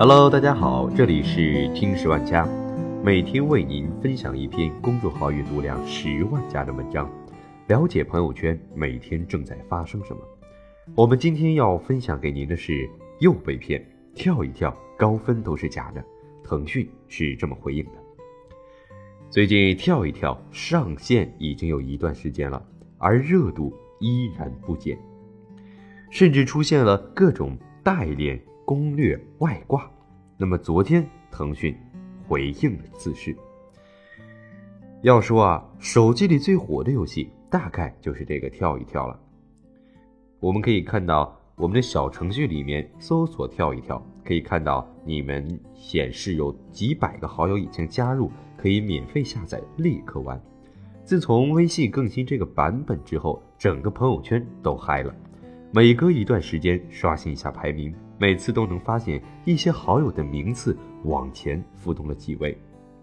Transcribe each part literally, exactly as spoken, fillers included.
Hello， 大家好，这里是听十万加，每天为您分享一篇公众号阅读量十万加的文章，了解朋友圈每天正在发生什么。我们今天要分享给您的是又被骗，跳一跳高分都是假的，腾讯是这么回应的。最近跳一跳上线已经有一段时间了，而热度依然不减，甚至出现了各种代练、攻略、外挂。那么昨天腾讯回应了此事。要说啊，手机里最火的游戏大概就是这个跳一跳了。我们可以看到我们的小程序里面搜索跳一跳，可以看到你们显示有几百个好友已经加入，可以免费下载立刻玩。自从微信更新这个版本之后，整个朋友圈都嗨了，每隔一段时间刷新一下排名，每次都能发现一些好友的名次往前浮动了几位。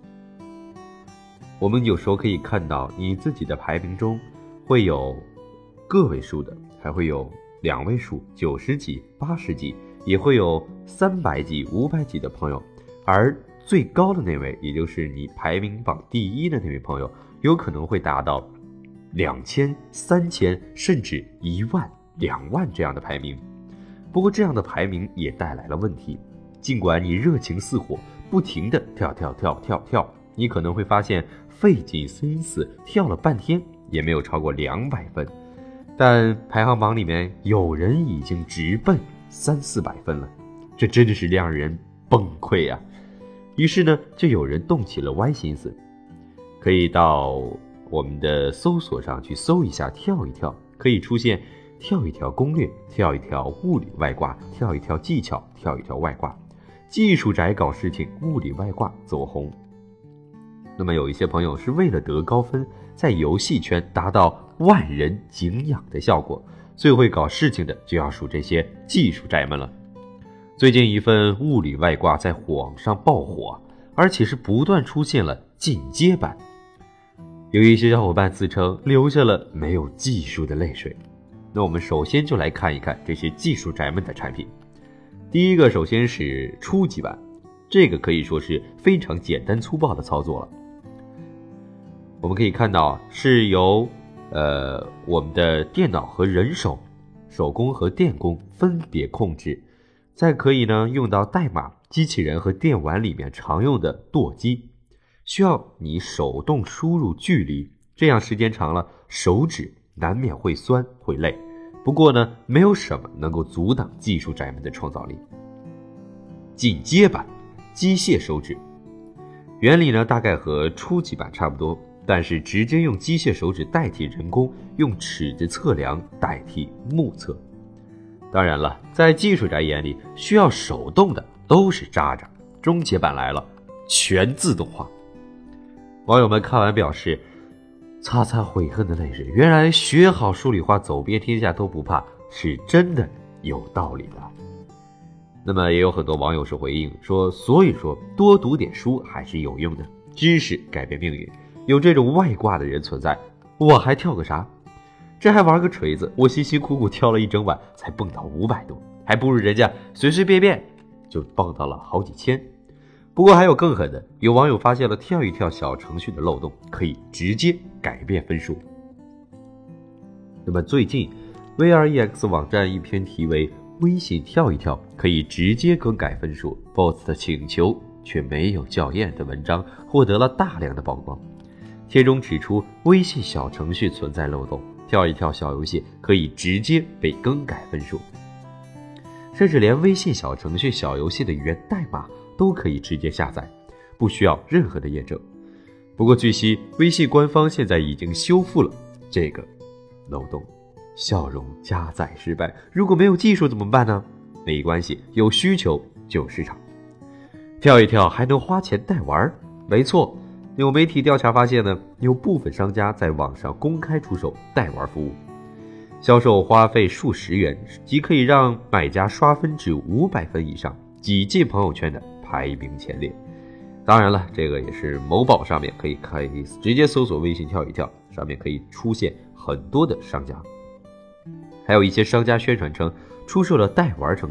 我们有时候可以看到你自己的排名中会有个位数的，还会有两位数、九十几、八十几，也会有三百几、五百几的朋友，而最高的那位，也就是你排名榜第一的那位朋友，有可能会达到两千、三千，甚至一万、两万这样的排名。不过这样的排名也带来了问题，尽管你热情似火，不停地跳跳跳跳跳，你可能会发现费尽心思跳了半天也没有超过两百分，但排行榜里面有人已经直奔三四百分了，这真的是让人崩溃啊！于是呢，就有人动起了歪心思，可以到我们的搜索上去搜一下跳一跳，可以出现跳一跳攻略、跳一跳物理外挂、跳一跳技巧、跳一跳外挂，技术宅搞事情，物理外挂走红。那么有一些朋友是为了得高分，在游戏圈达到万人敬仰的效果，最会搞事情的就要数这些技术宅们了。最近一份物理外挂在网上爆火，而且是不断出现了进阶版。有一些小伙伴自称流下了没有技术的泪水。那我们首先就来看一看这些技术宅们的产品。第一个首先是初级版，这个可以说是非常简单粗暴的操作了。我们可以看到是由呃我们的电脑和人手、手工和电工分别控制，再可以呢用到代码、机器人和电玩里面常用的舵机，需要你手动输入距离，这样时间长了手指难免会酸会累，不过呢没有什么能够阻挡技术宅们的创造力。进阶版机械手指，原理呢大概和初级版差不多，但是直接用机械手指代替人工，用尺子测量代替目测。当然了，在技术宅眼里，需要手动的都是渣渣。中阶版来了，全自动化。网友们看完表示，擦擦悔恨的泪水，原来学好数理化，走遍天下都不怕，是真的有道理的。那么也有很多网友是回应说，所以说多读点书还是有用的，知识改变命运，有这种外挂的人存在，我还跳个啥？这还玩个锤子，我辛辛苦苦跳了一整晚才蹦到五百多，还不如人家随随便便就蹦到了好几千。不过还有更狠的，有网友发现了跳一跳小程序的漏洞，可以直接改变分数。那么最近 V R E X 网站一篇题为微信跳一跳可以直接更改分数 B O S S 的请求却没有校验的文章获得了大量的曝光。帖中指出，微信小程序存在漏洞，跳一跳小游戏可以直接被更改分数，甚至连微信小程序小游戏的源代码都可以直接下载，不需要任何的验证。不过据悉，微信官方现在已经修复了这个漏洞。笑容加载失败，如果没有技术怎么办呢？没关系，有需求就有市场。跳一跳还能花钱代玩？没错，有媒体调查发现呢，有部分商家在网上公开出售代玩服务，销售花费数十元即可以让买家刷分至五百分以上，挤进朋友圈的排名前列。当然了，这个也是某宝上面可以可以直接搜索微信跳一跳，上面可以出现很多的商家。还有一些商家宣传称出售了代玩程序，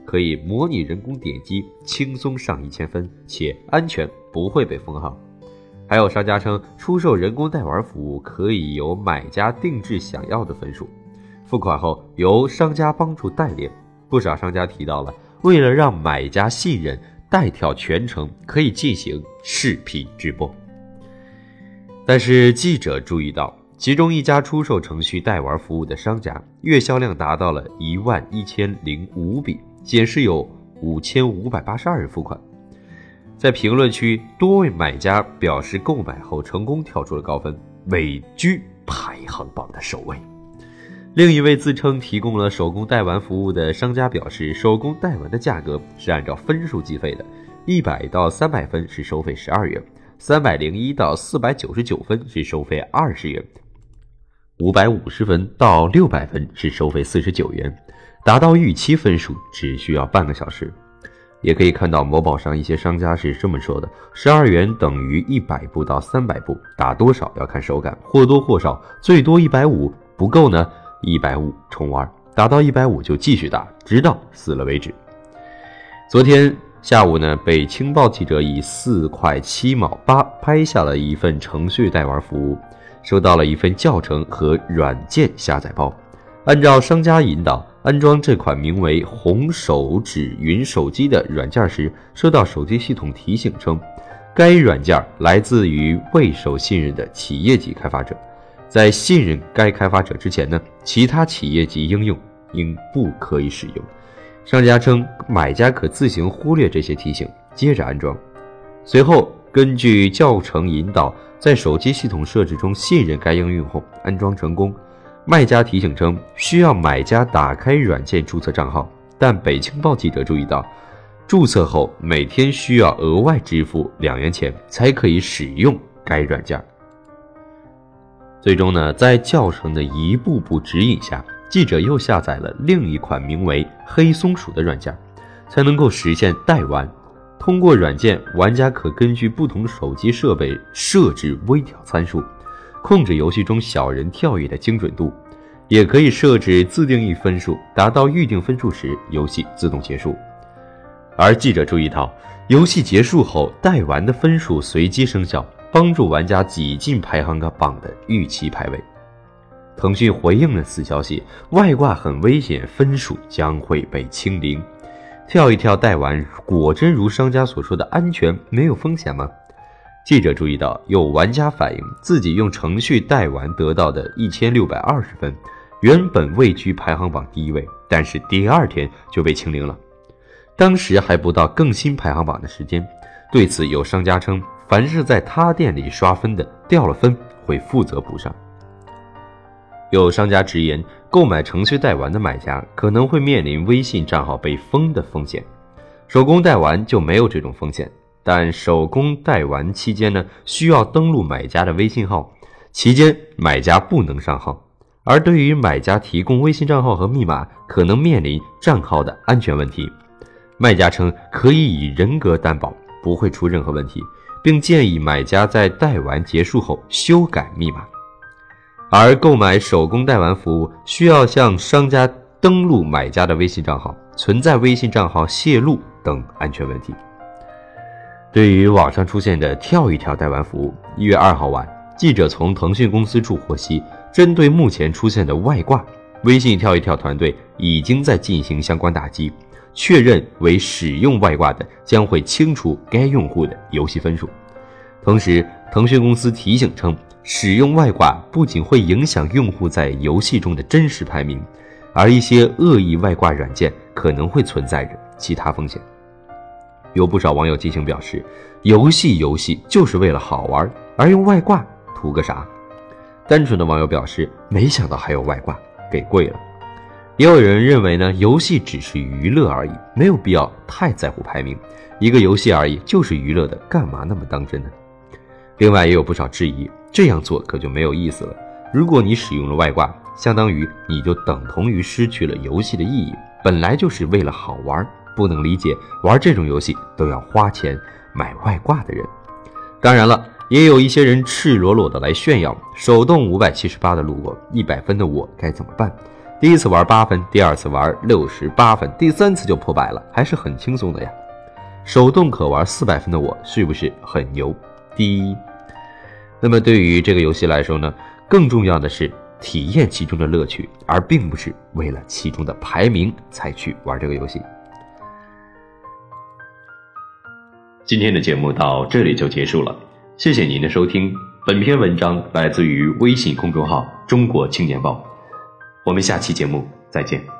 可以模拟人工点击，轻松上一千分，且安全，不会被封号。还有商家称，出售人工代玩服务可以由买家定制想要的分数，付款后由商家帮助代练。不少商家提到了，为了让买家信任，代跳全程可以进行视频直播。但是记者注意到，其中一家出售程序代玩服务的商家，月销量达到了一万一千零五笔，显示有五千五百八十二人付款。在评论区，多位买家表示购买后成功跳出了高分，位居排行榜的首位。另一位自称提供了手工代玩服务的商家表示，手工代玩的价格是按照分数计费的，一百到三百分是收费十二元，三百零一到四百九十九分是收费二十元，五百五十分到六百分是收费四十九元，达到预期分数只需要半个小时。也可以看到某宝上一些商家是这么说的，十二元等于一百步到三百步，打多少要看手感，或多或少，最多一百五，不够呢一百五重玩，打到一百五就继续打，直到死了为止。昨天下午呢，被青报记者以四块七毛八拍下了一份程序代玩服务，收到了一份教程和软件下载包。按照商家引导安装这款名为红手指云手机的软件时，收到手机系统提醒称，该软件来自于未受信任的企业级开发者，在信任该开发者之前呢，其他企业级应用应不可以使用。商家称，买家可自行忽略这些提醒，接着安装。随后根据教程引导，在手机系统设置中信任该应用后安装成功。卖家提醒称，需要买家打开软件注册账号，但北青报记者注意到，注册后每天需要额外支付两元钱才可以使用该软件。最终呢，在教程的一步步指引下，记者又下载了另一款名为黑松鼠的软件，才能够实现代玩。通过软件，玩家可根据不同手机设备设置微调参数，控制游戏中小人跳跃的精准度，也可以设置自定义分数，达到预定分数时，游戏自动结束。而记者注意到，游戏结束后，代玩的分数随机生效，帮助玩家挤进排行榜的预期排位。腾讯回应了此消息，外挂很危险，分数将会被清零。跳一跳代玩，果真如商家所说的安全，没有风险吗？记者注意到，有玩家反映自己用程序代玩得到的一千六百二十分，原本位居排行榜第一位，但是第二天就被清零了。当时还不到更新排行榜的时间。对此，有商家称，凡是在他店里刷分的，掉了分会负责补上。有商家直言，购买程序代玩的买家可能会面临微信账号被封的风险，手工代玩就没有这种风险。但手工代玩期间呢，需要登录买家的微信号，期间买家不能上号。而对于买家提供微信账号和密码，可能面临账号的安全问题。卖家称可以以人格担保，不会出任何问题，并建议买家在代玩结束后修改密码。而购买手工代玩服务需要向商家登录买家的微信账号，存在微信账号泄露等安全问题。对于网上出现的跳一跳代玩服务，一月二号晚，记者从腾讯公司处获悉，针对目前出现的外挂，微信跳一跳团队已经在进行相关打击，确认为使用外挂的将会清除该用户的游戏分数。同时，腾讯公司提醒称，使用外挂不仅会影响用户在游戏中的真实排名，而一些恶意外挂软件可能会存在着其他风险。有不少网友激情表示，游戏游戏就是为了好玩，而用外挂图个啥？单纯的网友表示，没想到还有外挂，给贵了。也有人认为呢，游戏只是娱乐而已，没有必要太在乎排名，一个游戏而已，就是娱乐的，干嘛那么当真呢？另外也有不少质疑，这样做可就没有意思了。如果你使用了外挂，相当于你就等同于失去了游戏的意义，本来就是为了好玩，不能理解玩这种游戏都要花钱买外挂的人。当然了，也有一些人赤裸裸的来炫耀，手动五百七十八的路过，一百分的我该怎么办？ 第一次玩八分，第二次玩六十八分，第三次就破百了，还是很轻松的呀。手动可玩四百分的我是不是很牛？第一。那么对于这个游戏来说呢，更重要的是体验其中的乐趣，而并不是为了其中的排名才去玩这个游戏。 今天的节目到这里就结束了，谢谢您的收听。本篇文章来自于微信公众号中国青年报，我们下期节目再见。